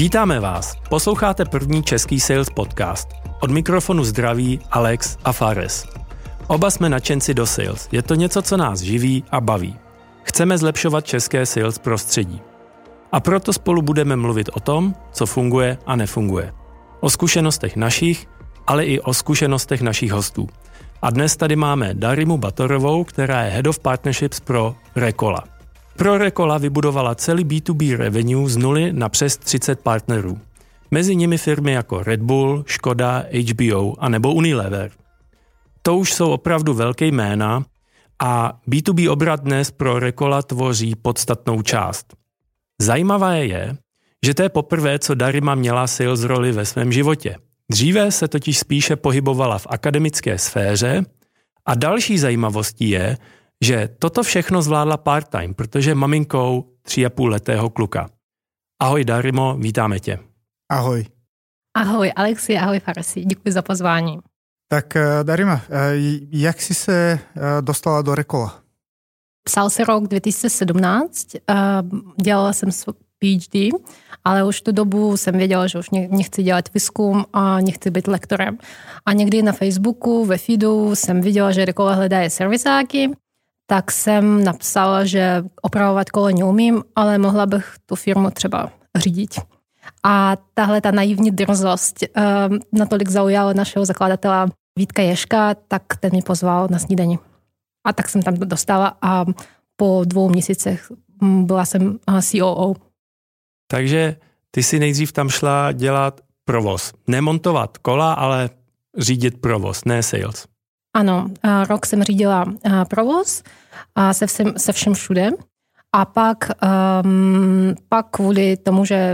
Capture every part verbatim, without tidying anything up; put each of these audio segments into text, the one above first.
Vítáme vás. Posloucháte první český sales podcast. Od mikrofonu zdraví Alex a Fares. Oba jsme nadšenci do sales. Je to něco, co nás živí a baví. Chceme zlepšovat české sales prostředí. A proto spolu budeme mluvit o tom, co funguje a nefunguje. O zkušenostech našich, ale i o zkušenostech našich hostů. A dnes tady máme Darimu Batorovou, která je Head of Partnerships pro Rekola. Pro Rekola vybudovala celý bé dvě bé revenue z nuly na přes třicet partnerů. Mezi nimi firmy jako Red Bull, Škoda, H B O a nebo Unilever. To už jsou opravdu velké jména a bé dvě bé obrat dnes pro Rekola tvoří podstatnou část. Zajímavé je, že to je poprvé, co Darima měla sales roli ve svém životě. Dříve se totiž spíše pohybovala v akademické sféře a další zajímavostí je, že toto všechno zvládla part-time, protože maminkou tři a půl letého kluka. Ahoj Darimo, vítáme tě. Ahoj. Ahoj Alexi, ahoj Farsi, děkuji za pozvání. Tak Darima, jak jsi se dostala do Rekola? Psal se rok dva tisíce sedmnáct, dělala jsem PhD, ale už tu dobu jsem věděla, že už nechci dělat výzkum a nechci být lektorem. A někdy na Facebooku, ve feedu jsem viděla, že Rekola hledají servisáky, tak jsem napsala, že opravovat kolo neumím, ale mohla bych tu firmu třeba řídit. A tahle ta naivní drzost uh, natolik zaujala našeho zakladatela Vítka Ješka, tak ten mi pozval na snídani. A tak jsem tam dostala a po dvou měsících byla jsem C O O. Takže ty si nejdřív tam šla dělat provoz. Nemontovat kola, ale řídit provoz, ne sales. Ano, rok jsem řídila provoz se všem, se všem všude. A pak, um, pak kvůli tomu, že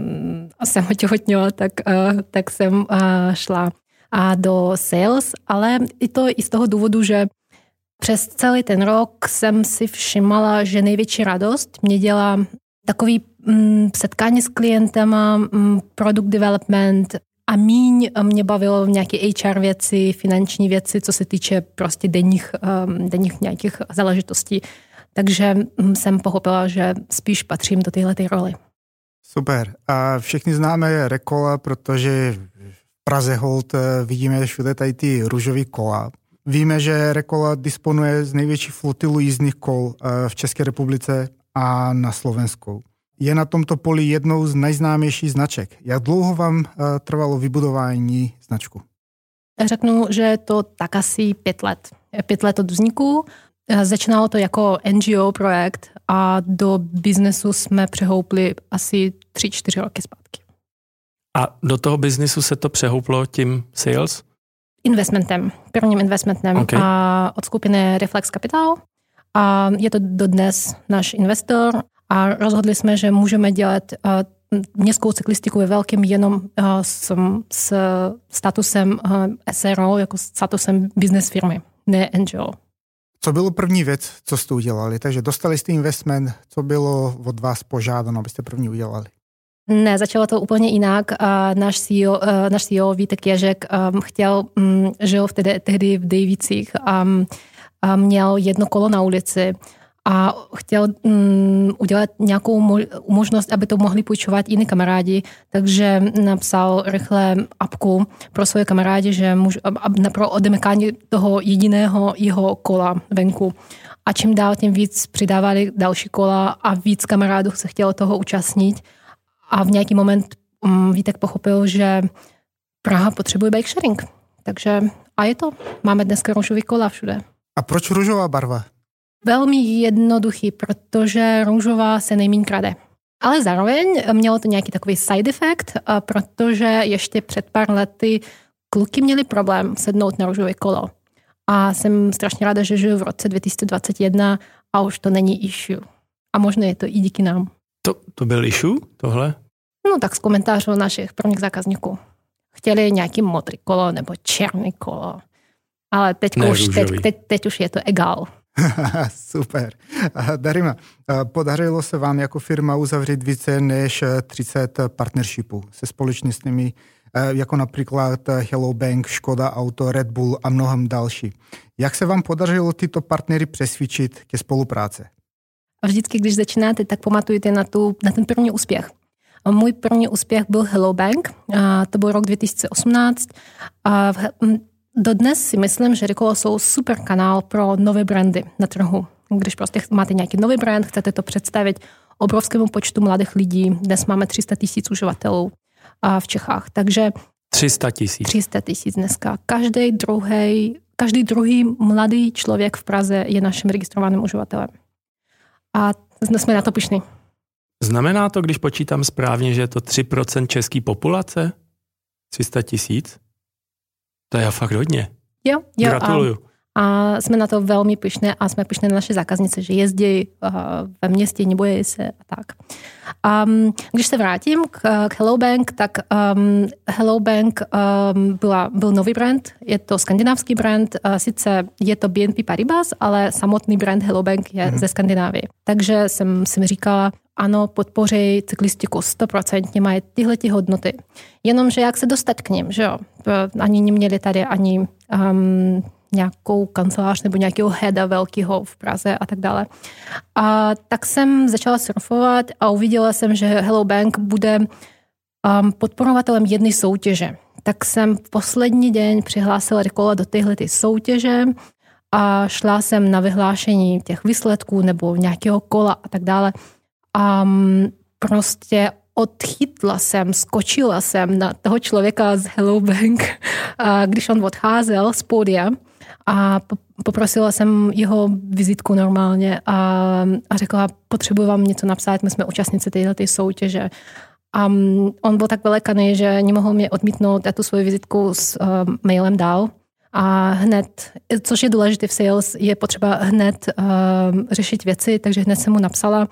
jsem otěhotněla, tak, uh, tak jsem uh, šla uh, do sales, ale i to i z toho důvodu, že přes celý ten rok jsem si všimala, že největší radost mě dělá takový um, setkání s klientama, um, product development a míň mě bavilo nějaké H R věci, finanční věci, co se týče prostě denních, um, denních nějakých záležitostí. Takže jsem pochopila, že spíš patřím do téhleté roli. Super. A všichni známe Rekola, protože v Praze hold vidíme všude tady ty růžové kola. Víme, že Rekola disponuje z největší flotilu jízdních kol v České republice a na Slovensku. Je na tomto poli jednou z nejznámějších značek. Jak dlouho vám trvalo vybudování značku? Řeknu, že je to tak asi pět let. Pět let od vzniku. Začínalo to jako N G O projekt a do biznesu jsme přehoupli asi tři, čtyři roky zpátky. A do toho biznesu se to přehouplo tím sales? Investmentem, prvním investmentem okay. A od skupiny Reflex Capital. A je to dodnes náš investor a rozhodli jsme, že můžeme dělat uh, městskou cyklistiku ve velkém jenom uh, s, s statusem uh, S R O, jako statusem business firmy, ne N G O. Co bylo první věc, co jste udělali? Takže dostali jste investment, co bylo od vás požádáno, abyste první udělali? Ne, začalo to úplně jinak. Náš C E O, náš C E O Vítek Ježek chtěl, žil vtedy, tehdy v Dejvicích a měl jedno kolo na ulici a chtěl um, udělat nějakou možnost, aby to mohli půjčovat jiní kamarádi, takže napsal rychle apku pro svoje kamarádi, že můžu, pro odemykání toho jediného jeho kola venku. A čím dál, tím víc přidávali další kola a víc kamarádů se chtělo toho účastnit. A v nějaký moment um, Vítek pochopil, že Praha potřebuje bike sharing. Takže a je to. Máme dneska růžový kola všude. A proč růžová barva? Velmi jednoduchý, protože růžová se nejméně krade. Ale zároveň mělo to nějaký takový side effect, protože ještě před pár lety kluky měli problém sednout na růžové kolo. A jsem strašně ráda, že žiju v roce dva tisíce dvacet jedna a už to není issue. A možná je to i díky nám. To, to byl issue, tohle? No tak z komentářů našich prvních zákazníků. Chtěli nějaký modrý kolo nebo černý kolo. Ale teď už, teď, teď, teď už je to egál. Super. Darima, podařilo se vám jako firma uzavřít více než třicet partnershipů se společnostmi jako například Hello Bank, Škoda Auto, Red Bull a mnohem další. Jak se vám podařilo tyto partnery přesvědčit ke spolupráci? A vždycky, když začínáte, tak pamatujte na, tu, na ten první úspěch. Můj první úspěch byl Hello Bank, a to byl rok dva tisíce osmnáct. A dodnes si myslím, že Ricola jsou super kanál pro nové brandy na trhu. Když prostě máte nějaký nový brand, chcete to představit obrovskému počtu mladých lidí. Dnes máme tři sta tisíc uživatelů v Čechách, takže tři sta tisíc. tři sta tisíc dneska. Každý druhý, každý druhý mladý člověk v Praze je naším registrovaným uživatelem. A jsme na to pyšní. Znamená to, když počítám správně, že je to tři procenta české populace? tři sta tisíc? To je fakt hodně. Jo, jo. Gratuluju. A, a jsme na to velmi pyšné a jsme pyšné na naše zákaznice, že jezdí uh, ve městě, nebojí se a tak. Um, když se vrátím k, k Hello Bank, tak um, Hello Bank um, byla, byl nový brand, je to skandinávský brand, uh, sice je to B N P Paribas, ale samotný brand Hello Bank je mm-hmm. ze Skandinávie. Takže jsem, jsem říkala, ano, podpoří cyklistiku, stoprocentně mají tyhlety hodnoty. Jenomže jak se dostat k ním, že jo? Ani neměli tady ani um, nějakou kancelář nebo nějakého heada velkého v Praze a tak dále. A tak jsem začala surfovat a uviděla jsem, že Hello Bank bude um, podporovatelem jedné soutěže. Tak jsem v poslední den přihlásila Ricola do téhleté soutěže a šla jsem na vyhlášení těch výsledků nebo nějakého kola a tak dále. A prostě odchytla jsem, skočila jsem na toho člověka z Hello Bank, když on odcházel z pódia a poprosila jsem jeho vizitku normálně a, a řekla, potřebuji vám něco napsat, my jsme účastnice této soutěže. A on byl tak velekaný, že nemohl mě odmítnout, já tu svoji vizitku s uh, mailem dal. A hned, což je důležité v sales, je potřeba hned uh, řešit věci, takže hned jsem mu napsala.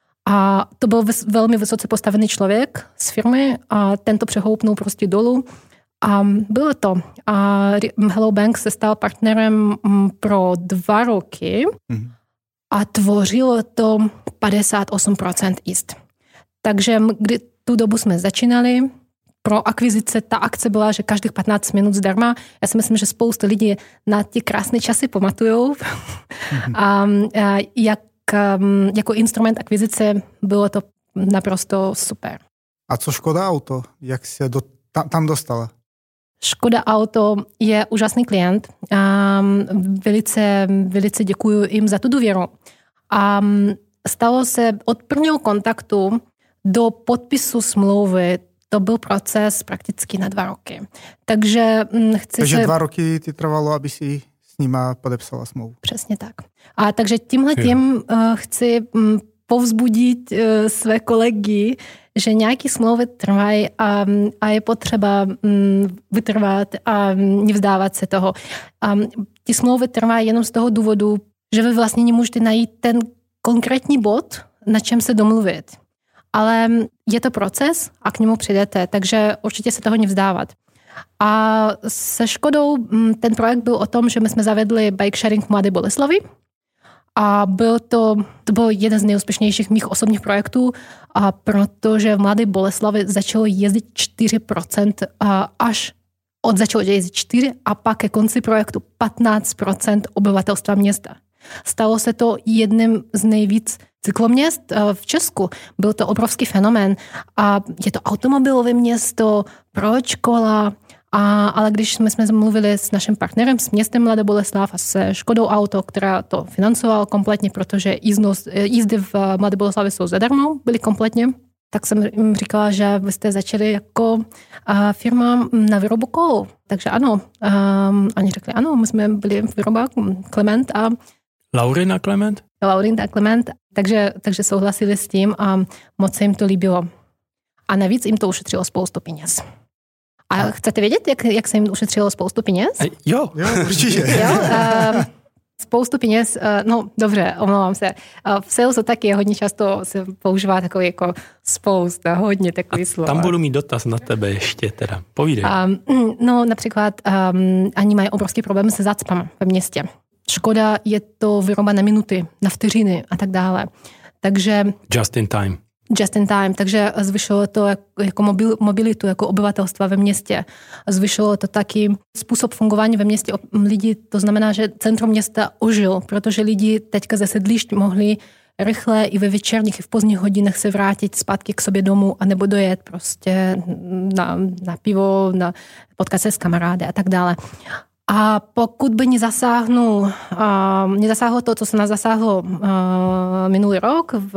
A to byl velmi vysoce postavený člověk z firmy a ten to přehoupnul prostě dolů. A bylo to. A Hello Bank se stal partnerem pro dva roky a tvořilo to padesát osm procent jízd. Takže kdy tu dobu jsme začínali, pro akvizice ta akce byla, že každých patnáct minut zdarma. Já si myslím, že spousta lidí na ty krásné časy pamatujou. a, a jak jako instrument akvizice bylo to naprosto super. A co Škoda Auto? Jak se do, tam, tam dostala? Škoda Auto je úžasný klient. A velice, velice děkuji jim za tu důvěru. A stalo se od prvního kontaktu do podpisu smlouvy, to byl proces prakticky na dva roky. Takže chci Takže se... dva roky ti trvalo, aby si s nima podepsala smlouvu. Přesně tak. A takže tímhletím uh, chci um, povzbudit uh, své kolegy, že nějaké smlouvy trvají a, a je potřeba um, vytrvat a um, nevzdávat se toho. Um, ty smlouvy trvají jenom z toho důvodu, že vy vlastně nemůžete najít ten konkrétní bod, na čem se domluvit. Ale je to proces a k němu přijdete, takže určitě se toho nevzdávat. A se Škodou ten projekt byl o tom, že my jsme zavedli bike sharing v Mladé Boleslavi a byl to, to byl jeden z nejúspěšnějších mých osobních projektů, a protože v Mladé Boleslavi začalo jezdit čtyři procenta až od začalo jezdit čtyři a pak ke konci projektu patnáct procent obyvatelstva města. Stalo se to jedním z nejvíc cykloměst v Česku. Byl to obrovský fenomén a je to automobilové město, proč kola, a, ale když jsme, jsme mluvili s naším partnerem, s městem Mladá Boleslav a se Škodou Auto, která to financovala kompletně, protože jízdnost, jízdy v Mladé Boleslavi jsou zadarmo, byly kompletně, tak jsem jim říkala, že vy jste začali jako a, firma na výrobu kol. Takže ano, a, oni řekli ano, my jsme byli v výrobách Klement a Laurin a Klement? Laurin a Klement, takže, takže souhlasili s tím a moc se jim to líbilo. A navíc jim to ušetřilo spoustu peněz. A chcete vědět, jak, jak se jim ušetřilo spoustu peněz? A jo, jo, určitě. Jo, uh, spoustu peněz, uh, no dobře, omlouvám se. Uh, v salesu taky hodně často se používá takový jako spousta, hodně takový slovo. Tam budu mít dotaz na tebe ještě teda. Povídej. Um, no například um, oni mají obrovský problém se zácpama ve městě. Škoda je to výroba na minuty, na vteřiny a tak dále. Takže... Just in time. Just in time, takže zvyšilo to jako mobil, mobilitu jako obyvatelstva ve městě. Zvyšilo to taky způsob fungování ve městě lidí, to znamená, že centrum města ožil, protože lidi teďka ze sedlišť mohli rychle i ve večerních, i v pozdních hodinách se vrátit zpátky k sobě domů, anebo dojet prostě na, na pivo, na potkat se s kamarády a tak dále. A pokud by nezasáhnu, uh, nezasáhlo to, co se nás zasáhlo uh, minulý rok, v,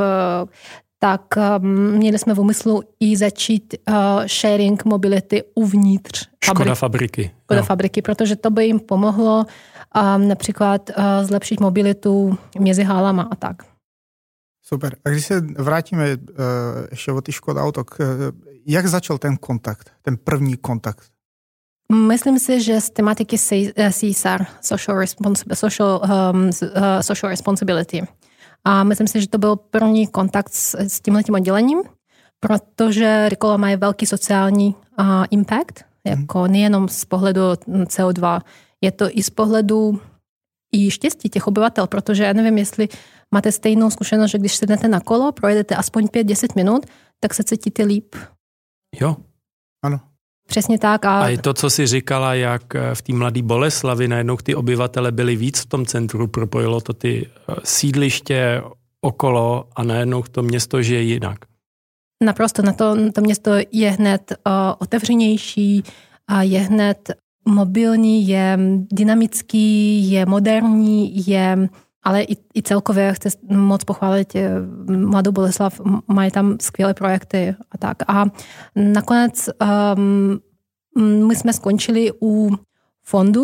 tak um, měli jsme v úmyslu i začít uh, sharing mobility uvnitř Škoda fabriky. Škoda fabriky, protože to by jim pomohlo um, například uh, zlepšit mobilitu mezi hálama a tak. Super. A když se vrátíme uh, ještě o ty Škoda Auto, uh, jak začal ten kontakt, ten první kontakt? Myslím si, že z tematiky C S R, Social, Responsi- social, um, uh, social Responsibility. A myslím si, že to byl první kontakt s, s tímhletím oddělením, protože Ricola má velký sociální uh, impact, jako nejenom z pohledu C O dva, je to i z pohledu i štěstí těch obyvatel, protože já nevím, jestli máte stejnou zkušenost, že když sednete na kolo, projedete aspoň pět deset minut, tak se cítíte líp. Jo. Ano. Přesně tak. A, a i to, co jsi říkala, jak v té Mladé Boleslavi najednou ty obyvatele byli víc v tom centru, propojilo to ty sídliště okolo a najednou to město žije jinak. Naprosto, na to, to město je hned uh, otevřenější, a je hned mobilní, je dynamický, je moderní, je, ale i, i celkově chci moc pochválit Mladou Boleslav, mají tam skvělé projekty a tak. A nakonec um, my jsme skončili u fondu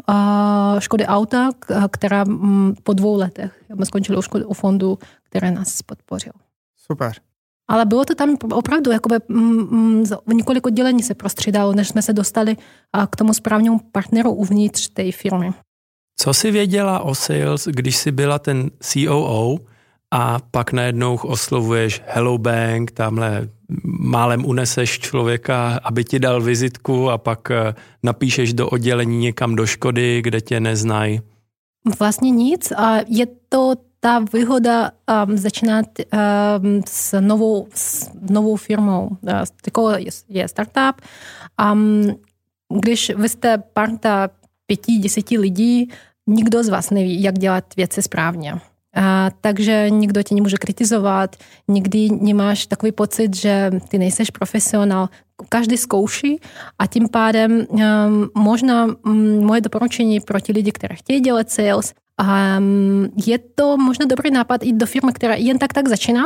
uh, Škody Auta, která um, po dvou letech, jsme skončili u, škody, u fondu, který nás podpořil. Super. Ale bylo to tam opravdu, jakoby mm, několik oddělení se prostřídalo, než jsme se dostali k tomu správnému partneru uvnitř té firmy. Co jsi věděla o sales, když jsi byla ten C O O a pak najednou oslovuješ Hello Bank, tamhle málem uneseš člověka, aby ti dal vizitku a pak napíšeš do oddělení někam do Škody, kde tě neznají? Vlastně nic a je to ta výhoda um, začínat um, s, novou, s novou firmou. Ricola je, je startup. Um, když vy jste parta pěti, deseti lidí, nikdo z vás neví, jak dělat věci správně. Uh, takže nikdo tě nemůže kritizovat, nikdy nemáš takový pocit, že ty nejseš profesionál. Každý zkouší a tím pádem um, možná um, moje doporučení pro ty lidi, kteří chtějí dělat sales, Um, je to možná dobrý nápad jít do firmy, která jen tak tak začíná,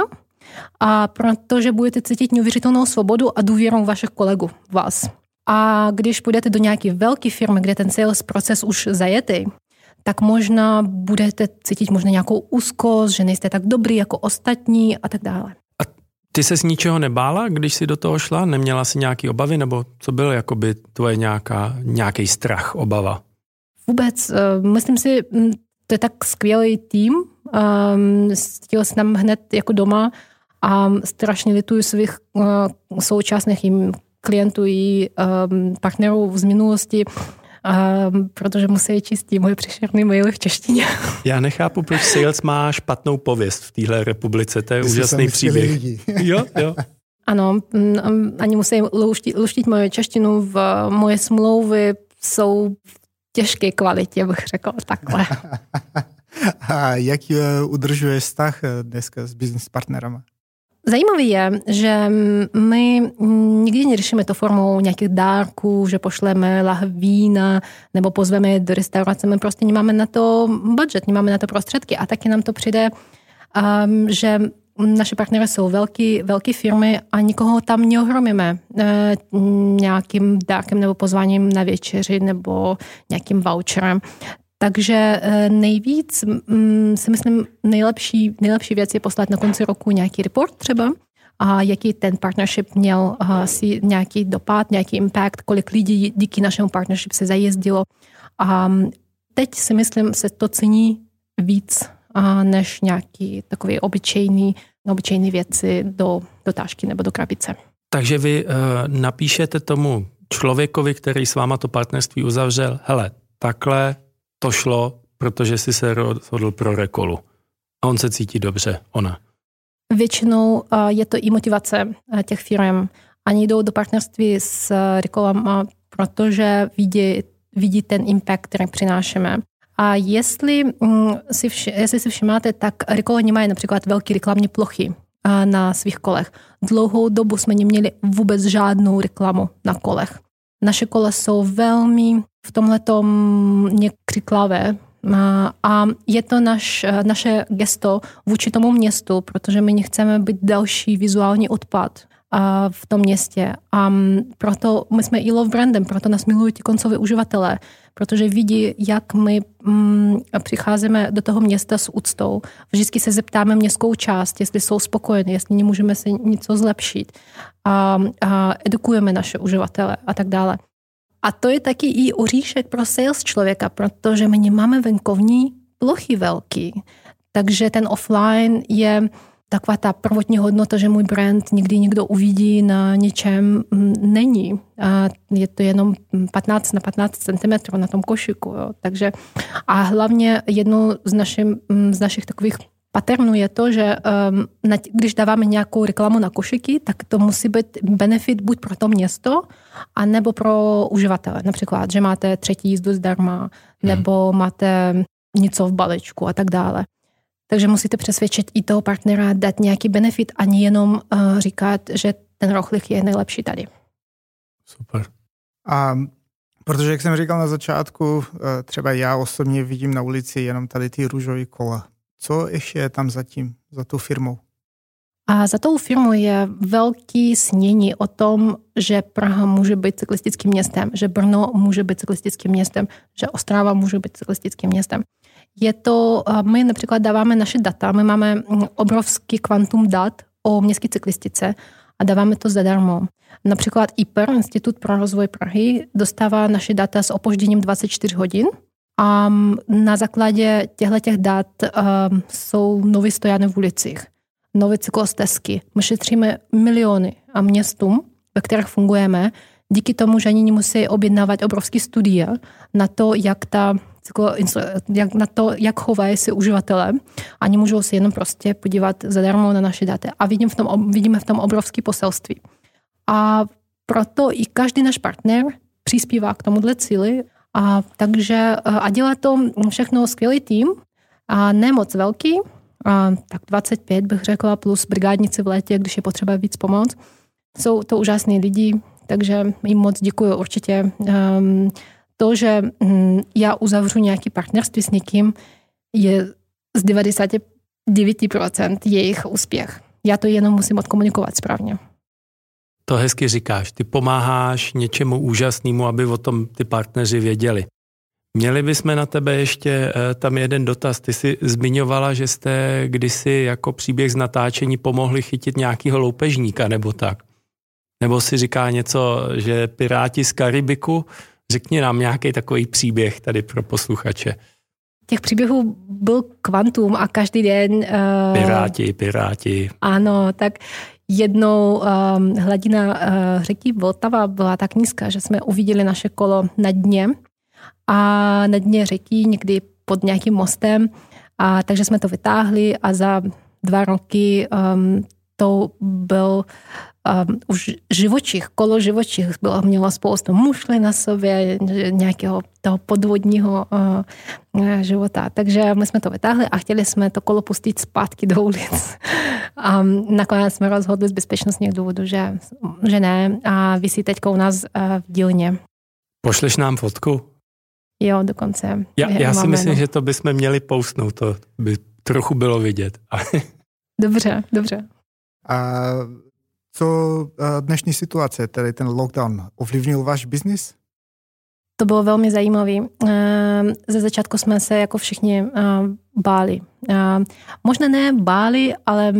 a protože budete cítit neuvěřitelnou svobodu a důvěru vašich kolegů, vás. A když půjdete do nějaké velké firmy, kde ten sales proces už zajetý, tak možná budete cítit možná nějakou úzkost, že nejste tak dobrý jako ostatní a tak dále. A ty se z ničeho nebála, když jsi do toho šla? Neměla jsi nějaké obavy, nebo co byl jakoby tvoje nějaká, nějaký strach, obava? Vůbec, myslím si, to je tak skvělý tým, um, cítil jsem tam hned jako doma a strašně lituju svých uh, současných jim klientů i um, partnerů z minulosti, um, protože musí čistit moje příšerné maily v češtině. Já nechápu, proč sales má špatnou pověst v téhle republice, to je Ty úžasný příběh. Jo, jo. Ano, ani musí luštit, luštit moje češtinu, v moje smlouvy jsou těžké kvalitě, bych řekla takhle. A jak udržuje vztah dneska s business partnerama? Zajímavé je, že my nikdy neřešíme to formou nějakých dárků, že pošleme lahv vína nebo pozveme do restaurace. My prostě nemáme na to budget, nemáme na to prostředky a taky nám to přijde, um, že naše partnery jsou velký, velké firmy a nikoho tam neohromíme e, nějakým dárkem nebo pozváním na večeři nebo nějakým voucherem. Takže e, nejvíc m, si myslím, nejlepší, nejlepší věc je poslat na konci roku nějaký report třeba a jaký ten partnership měl a, si nějaký dopad, nějaký impact, kolik lidí díky našemu partnership se zajezdilo. A teď si myslím, se to cení víc a než nějaký takový obyčejný, obyčejný věci do, do tašky nebo do krabice. Takže vy uh, napíšete tomu člověkovi, který s váma to partnerství uzavřel, hele, takhle to šlo, protože jsi se rozhodl pro Ricolu. A on se cítí dobře, ona. Většinou uh, je to i motivace uh, těch firm. Ani jdou do partnerství s Ricolem, uh, protože vidí, vidí ten impact, který přinášíme. A jestli si, vši, jestli si všimáte, tak Ricola nemají například velké reklamní plochy na svých kolech. Dlouhou dobu jsme neměli vůbec žádnou reklamu na kolech. Naše kola jsou velmi v tomhletom nekřiklavé a je to naš, naše gesto vůči tomu městu, protože my nechceme být další vizuální odpad v tom městě. A proto my jsme i love brandem, proto nás milují ti koncoví uživatelé, protože vidí, jak my mm, přicházíme do toho města s úctou. Vždycky se zeptáme městskou část, jestli jsou spokojení, jestli nemůžeme se něco zlepšit. A, a edukujeme naše uživatele a tak dále. A to je taky i oříšek pro sales člověka, protože my nemáme venkovní plochy velký. Takže ten offline je taková ta prvotní hodnota, že můj brand někdy někdo uvidí na něčem, není. A je to jenom patnáct na patnáct centimetrů na tom košíku. Jo. Takže a hlavně jednou z, našim, z našich takových patternů je to, že um, když dáváme nějakou reklamu na košíky, tak to musí být benefit buď pro to město, anebo pro uživatele. Například, že máte třetí jízdu zdarma, nebo hmm. máte něco v balíčku a tak dále. Takže musíte přesvědčit i toho partnera dát nějaký benefit a nie jenom uh, říkat, že ten rohlík je nejlepší tady. Super. A protože, jak jsem říkal na začátku, třeba já osobně vidím na ulici jenom tady ty růžové kola. Co ještě je tam zatím, za tou firmou? A za tou firmou je velký snění o tom, že Praha může být cyklistickým městem, že Brno může být cyklistickým městem, že Ostrava může být cyklistickým městem. Je to, my například dáváme naše data, my máme obrovský kvantum dat o městské cyklistice a dáváme to zadarmo. Například I P R, Institut pro rozvoj Prahy, dostává naše data s opožděním dvacet čtyři hodin a na základě těchto dat um, jsou nové stojany v ulicích, nové cyklostezky. My šetříme miliony a městům, ve kterých fungujeme, díky tomu, že ani nemusí objednávat obrovské studie na to, jak ta jak na to, jak chovají si uživatelé. Ani můžou si jenom prostě podívat zadarmo na naše data. A vidím v tom, vidíme v tom obrovské poselství. A proto i každý náš partner přispívá k tomuhle cíli. A takže a dělá to všechno skvělý tým. A ne moc velký. A tak dvacet pět bych řekla, plus brigádnici v létě, když je potřeba víc pomoct. Jsou to úžasní lidi, takže jim moc děkuji určitě. Um, To, že já uzavřu nějaké partnerství s někým, je z devadesát devět procent jejich úspěch. Já to jenom musím odkomunikovat správně. To hezky říkáš. Ty pomáháš něčemu úžasnému, aby o tom ty partneři věděli. Měli bychom na tebe ještě tam jeden dotaz. Ty jsi zmiňovala, že jste kdysi jako příběh z natáčení pomohli chytit nějakého loupežníka nebo tak. Nebo si říká něco, že Piráti z Karibiku. Řekni nám nějaký takový příběh tady pro posluchače. Těch příběhů byl kvantum a každý den... Uh, piráti, piráti. Ano, tak jednou um, hladina uh, řeky Vltava byla tak nízká, že jsme uviděli naše kolo na dně a na dně řeky někdy pod nějakým mostem, a takže jsme to vytáhli a za dva roky um, to byl Um, už živočich, kolo živočich bylo, mělo spoustu mušly na sobě, nějakého toho podvodního uh, života. Takže my jsme to vytáhli a chtěli jsme to kolo pustit zpátky do ulic. A nakonec jsme rozhodli z bezpečnostních důvodů, že, že ne. A visí teďka u nás uh, v dílně. Pošleš nám fotku? Jo, dokonce. Já, já si myslím, no. že to bychom měli postnout, to by trochu bylo vidět. Dobře, dobře. A co dnešní situace, tedy ten lockdown, ovlivnil váš biznis? To bylo velmi zajímavé. Ze začátku jsme se jako všichni báli. Možná ne báli, ale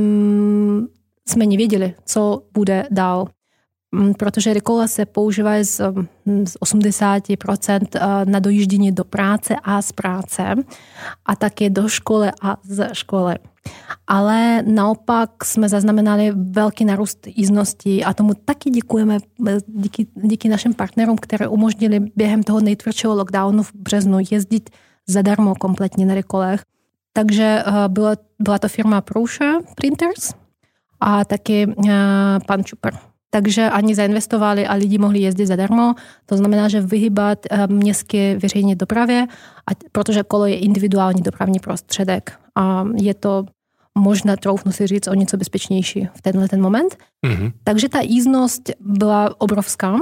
jsme nevěděli, co bude dál. Protože Ricola se používá z osmdesát procent na dojíždění do práce a z práce a také do školy a z školy. Ale naopak jsme zaznamenali velký nárůst jízdnosti a tomu taky děkujeme díky, díky našim partnerům, které umožnili během toho nejtvrdšího lockdownu v březnu jezdit zadarmo kompletně na Ricolech. Takže byla, byla to firma Prousa Printers a taky pan Čupr. takže ani zainvestovali a lidi mohli jezdit zadarmo. To znamená, že vyhýbat městské veřejné dopravě, protože kolo je individuální dopravní prostředek a je to možná, troufnu si říct, o něco bezpečnější v tenhle ten moment. Mm-hmm. Takže ta jízdnost byla obrovská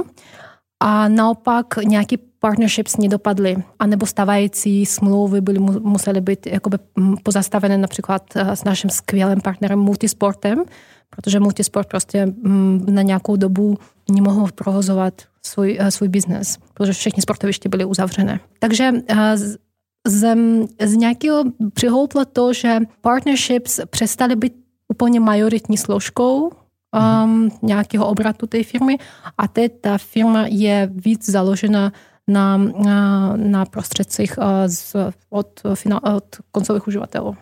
a naopak nějaký partnerships nedopadly, anebo stávající smlouvy byly, musely být jakoby pozastavené například s naším skvělým partnerem Multisportem, protože Multisport prostě na nějakou dobu nemohl provozovat svůj, svůj biznes, protože všechny sportoviště byly uzavřené. Takže z, z, z nějakého přihouplo to, že partnerships přestaly být úplně majoritní složkou um, nějakého obratu té firmy a teď ta firma je víc založena na, na, na prostředcích z, od, od koncových uživatelů.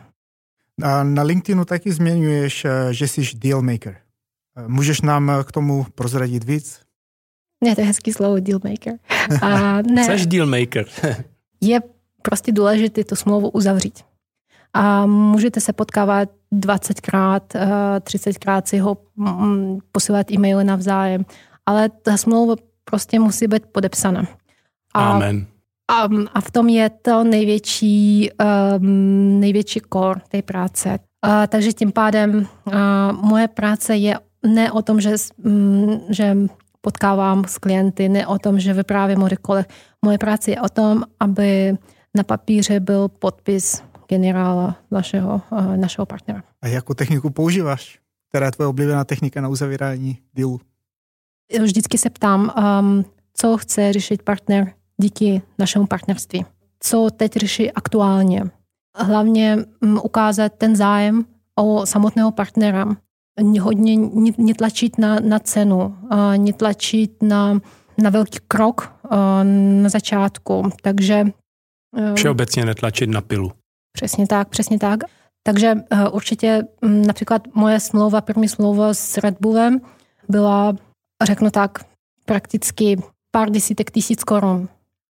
A na LinkedInu taky zmiňuješ, že jsi dealmaker. Můžeš nám k tomu prozradit víc? Ne, to je hezký slovo, dealmaker. A ne, Jseš dealmaker. je prostě důležité tu smlouvu uzavřít. A můžete se potkávat dvacetkrát, třicetkrát si ho posílat e-maily navzájem, ale ta smlouva prostě musí být podepsaná. A, Amen. A, a v tom je to největší, um, největší core té práce. Uh, takže tím pádem uh, moje práce je ne o tom, že, um, že potkávám s klienty, ne o tom, že vyprávím o rekolech. Moje práce je o tom, aby na papíře byl podpis generála našeho, uh, našeho partnera. A jakou techniku používáš? Která je tvoje oblíbená technika na uzavírání dealu? Vždycky se ptám, um, co chce řešit partner díky našemu partnerství. Co teď řeší aktuálně? Hlavně um, ukázat ten zájem o samotného partnera. Hodně netlačit na, na cenu, uh, netlačit na, na velký krok uh, na začátku. Takže uh, všeobecně netlačit na pilu. Přesně tak, přesně tak. Takže uh, určitě um, například moje smlouva, první smlouva s Red Bullem byla, řeknu tak, prakticky pár desítek tisíc korun.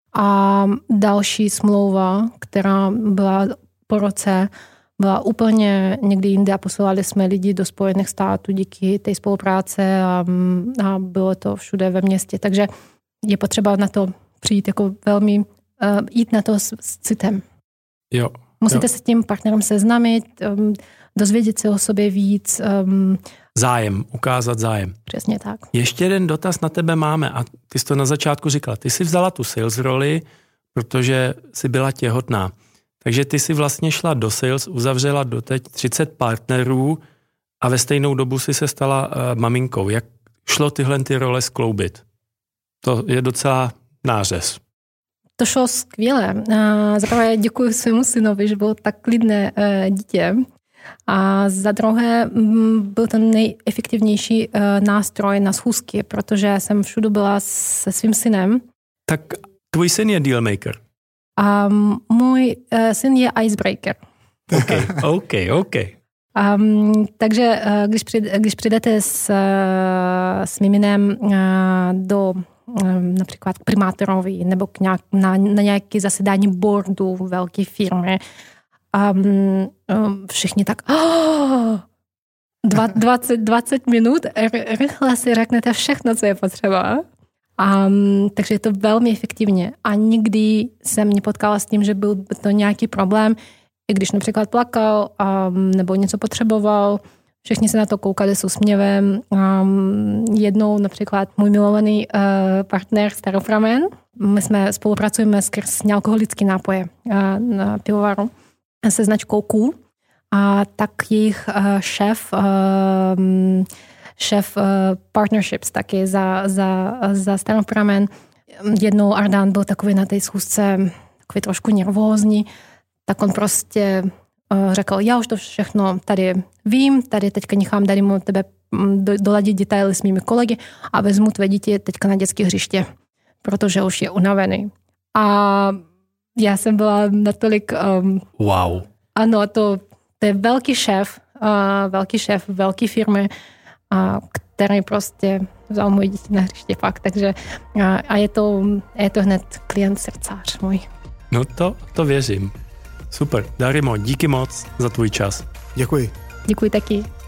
A další smlouva, která byla po roce, byla úplně někdy jinde a posílali jsme lidi do Spojených států díky té spolupráce a, a bylo to všude ve městě. Takže je potřeba na to přijít jako velmi, uh, jít na to s, s citem. Jo. Musíte jo. se s tím partnerem seznámit, um, dozvědět se o sobě víc. Um, Zájem, ukázat zájem. Přesně tak. Ještě jeden dotaz na tebe máme a ty jsi to na začátku říkala. Ty jsi vzala tu sales roli, protože jsi byla těhotná. Takže ty jsi vlastně šla do sales, uzavřela doteď třicet partnerů a ve stejnou dobu si se stala uh, maminkou. Jak šlo tyhle ty role skloubit? To je docela nářez. To šlo skvěle. Zaprvé děkuji svému synovi, že byl tak klidné dítě. A za druhé byl to nejefektivnější nástroj na schůzky, protože jsem všude byla se svým synem. Tak tvůj syn je dealmaker? A můj syn je icebreaker. OK, OK, OK. Um, takže když, přijde, když přijdete s, s miminem do například k primátorovi nebo k nějak, na, na nějaké zasedání boardu velké firmy, a um, všichni tak oh, dvacet, dvacet minut rychle si řeknete všechno, co je potřeba. Um, takže je to velmi efektivně. A nikdy jsem nepotkala s tím, že byl to nějaký problém, i když například plakal um, nebo něco potřeboval. Všichni se na to koukali s úsměvem. Um, jednou například můj milovaný uh, partner Staropramen, my jsme spolupracujeme skrz nealkoholické nápoje uh, na pivovaru se značkou Cool. A tak jejich uh, šéf, uh, šéf uh, partnerships taky za, za, za Staropramen. Jednou Ardan byl takový na té schůzce takový trošku nervózní, tak on prostě uh, řekl, já už to všechno tady vím, tady teďka nechám tady mu tebe do, doladit detaily s mými kolegy a vezmu tvé dítě teďka na dětské hřiště, protože už je unavený. A já jsem byla natolik... Um, wow. Ano, to, to je velký šéf, uh, velký šéf velké firmy, uh, který prostě vzal moje děti na hřiště fakt, takže uh, a je to, je to hned klient srdcář můj. No to, to věřím. Super. Darimo, díky moc za tvůj čas. Děkuji. Děkuji taky.